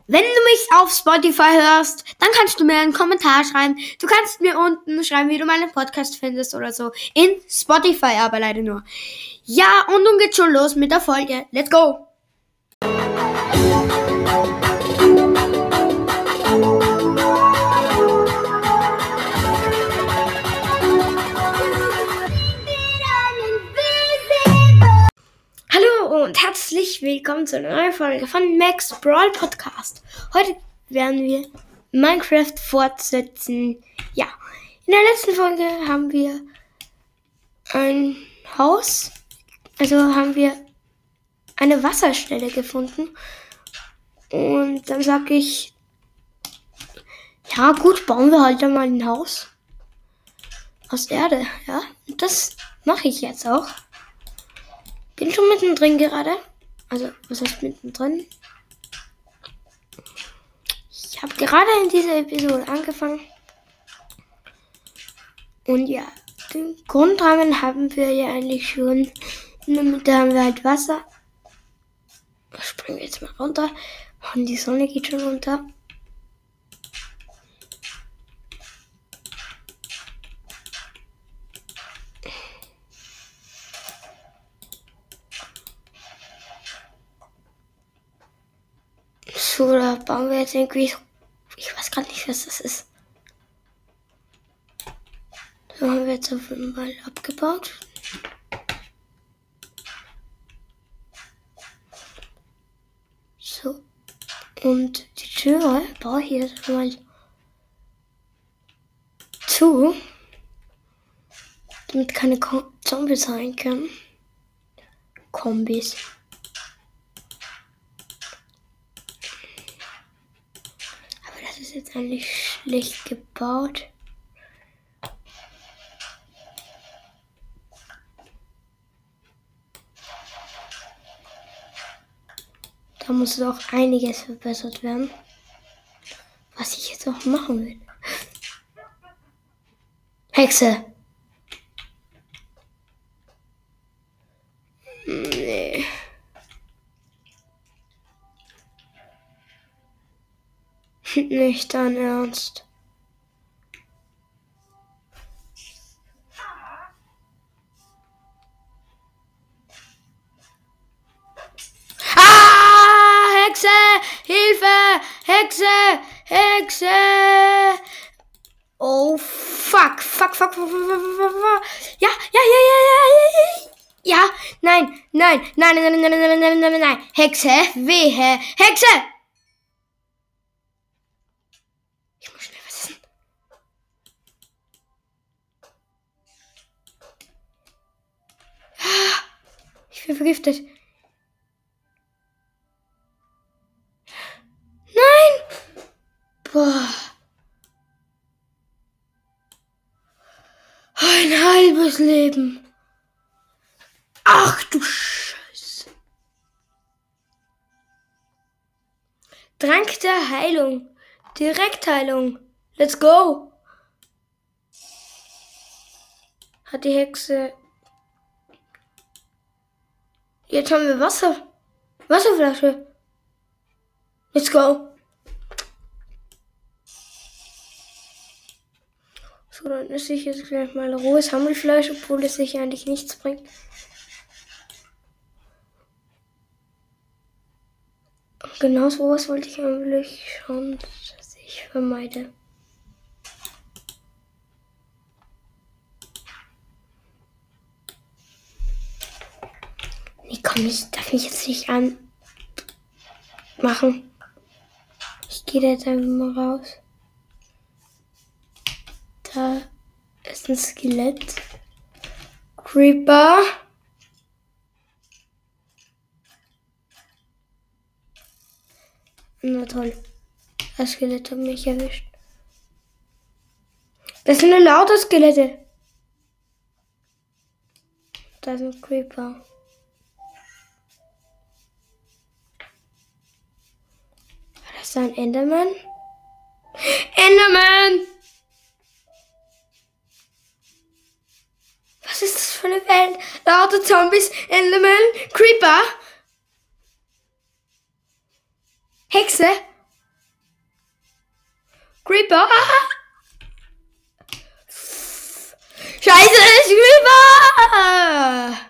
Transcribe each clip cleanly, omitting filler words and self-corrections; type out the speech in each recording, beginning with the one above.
Wenn du mich auf Spotify hörst, dann kannst du mir einen Kommentar schreiben. Du kannst mir unten schreiben, wie du meinen Podcast findest oder so. In Spotify aber leider nur. Ja, und nun geht's schon los mit der Folge. Let's go! Hallo und herzlich willkommen zu einer neuen Folge von Max Brawl Podcast. Heute werden wir Minecraft fortsetzen. Ja, in der letzten Folge haben wir ein Haus, also haben wir eine Wasserstelle gefunden. Und dann sage ich, ja gut, bauen wir halt mal ein Haus aus Erde. Ja, und das mache ich jetzt auch. Bin schon mittendrin gerade. Also, was heißt mittendrin? Ich habe gerade in dieser Episode angefangen. Und ja, den Grundrahmen haben wir ja eigentlich schon. In der Mitte haben wir halt Wasser. Springen wir jetzt mal runter. Und die Sonne geht schon runter. So, da bauen wir jetzt irgendwie, ich weiß gar nicht, was das ist. So haben wir jetzt auf einmal abgebaut. So, und die Türe baue ich jetzt mal zu, damit keine Zombies rein können. Kombis. Das ist jetzt eigentlich schlecht gebaut. Da muss auch einiges verbessert werden. Was ich jetzt auch machen will. Hexe! Nee. Nicht dein Ernst. Ah! Hexe! Hilfe! Hexe! Hexe! Oh, fuck. Fuck. Ja. Ja, nein. Hexe, wehe. Hexe! Ich muss schnell was essen. Ich bin vergiftet. Nein! Boah. Ein halbes Leben. Ach du Scheiße. Trank der Heilung. Direktheilung. Let's go. Hat die Hexe. Jetzt haben wir Wasser. Wasserflasche. Let's go. So, dann esse ich jetzt gleich mal rohes Hammelfleisch, obwohl es sich eigentlich nichts bringt. Genau sowas wollte ich eigentlich schauen, dass ich vermeide. Nee, komm, ich darf mich jetzt nicht anmachen. Ich gehe da jetzt einfach mal raus. Da ist ein Skelett. Creeper. Na toll. Das Skelett hat mich erwischt. Das sind nur lauter Skelette. Da ist ein Creeper. War das ein Enderman? Enderman! Was ist das für eine Welt? Lauter Zombies, Enderman, Creeper. Hexe? Creeper! Scheiße, Creeper!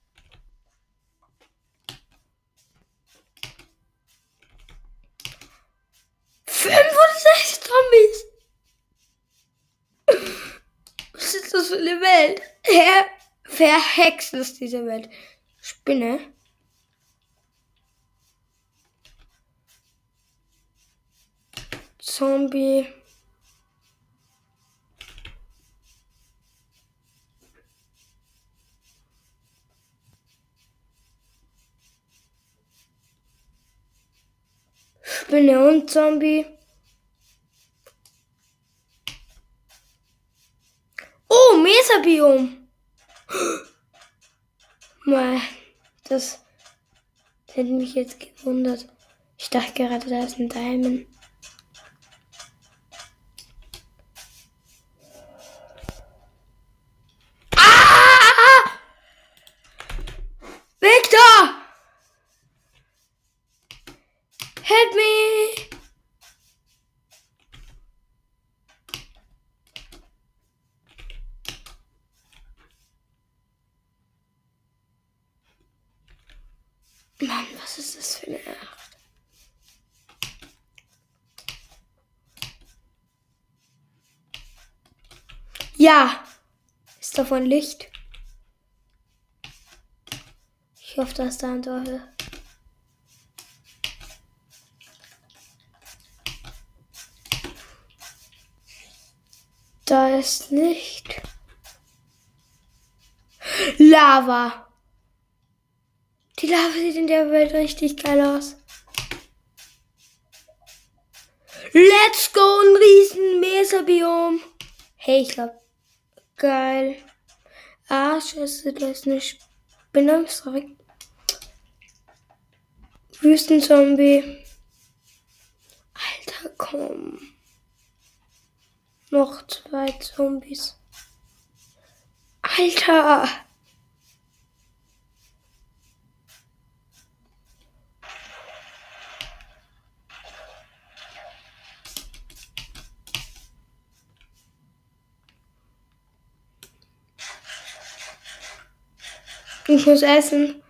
5 oder 6 Zombies! Was ist das für eine Welt? Verhext ist diese Welt. Spinne. Zombie. Spinne und Zombie. Oh, Mesabiom. Das hätte mich jetzt gewundert. Ich dachte gerade, da ist ein Diamond. Ah! Victor! Help me! Mann, was ist das für eine Nacht? Ja! Ist davon Licht? Ich hoffe, dass da ein Dorf ist. Da ist Licht. Lava. Die Lava sieht in der Welt richtig geil aus. Let's go, ein riesen Mesabiom. Hey, ich glaube, geil. Ah, scheiße, da ist eine Spinne. Sorry. Wüstenzombie. Alter, komm. Noch 2 Zombies. Alter. Ich muss essen.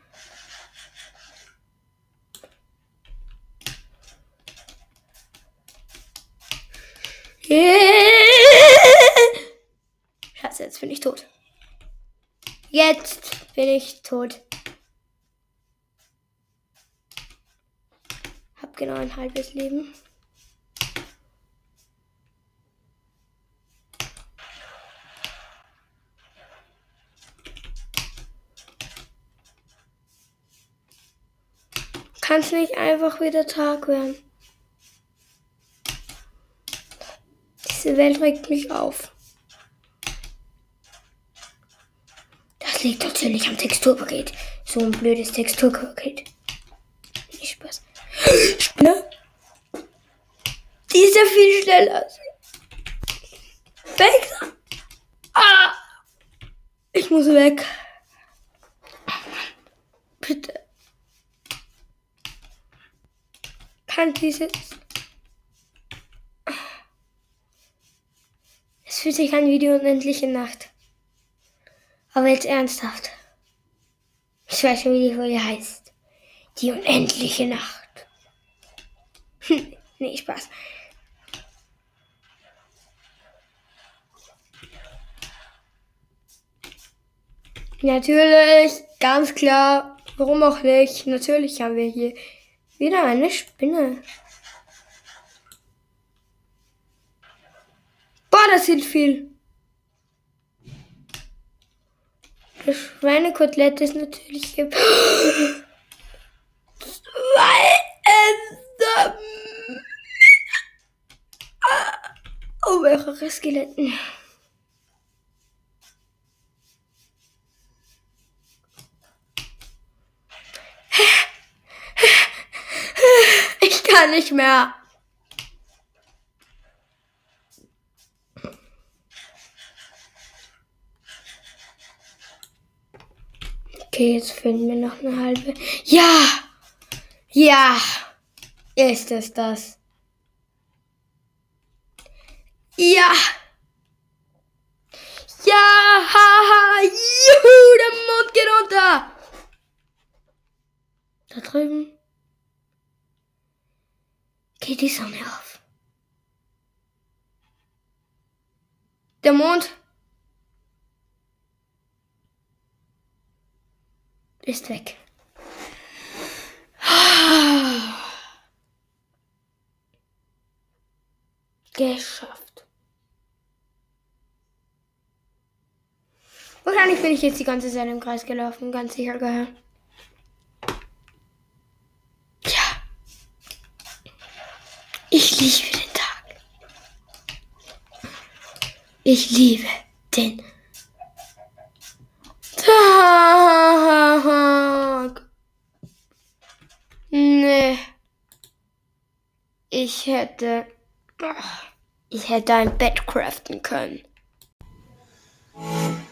Scheiße, jetzt bin ich tot. Jetzt bin ich tot. Hab genau ein halbes Leben. Kann's nicht einfach wieder Tag werden. Diese Welt regt mich auf. Das liegt natürlich am Texturpaket. So ein blödes Texturpaket. Nicht Spaß. Spinne? Die ist ja viel schneller. Weg! Ah! Ich muss weg. Bitte. Kann dieses... Es fühlt sich an wie die unendliche Nacht. Aber jetzt ernsthaft. Ich weiß schon, wie die Folge heißt. Die unendliche Nacht. Nee, Spaß. Natürlich, ganz klar. Warum auch nicht? Natürlich haben wir hier wieder eine Spinne. Boah, das sieht viel. Das Schweinekotelett ist natürlich hier. Oh, mehrere Skeletten. Ich kann nicht mehr. Okay, jetzt finden wir noch eine halbe. Ja! Ja! Ist es das? Ja! Ja! Haha! Juhu! Der Mond geht unter! Da drüben geht die Sonne auf. Der Mond ist weg. Geschafft. Wahrscheinlich bin ich jetzt die ganze Zeit im Kreis gelaufen, ganz sicher gehört. Ja. Ich liebe den Tag. Ich liebe den Tag. Nee. Ich hätte ein Bett craften können.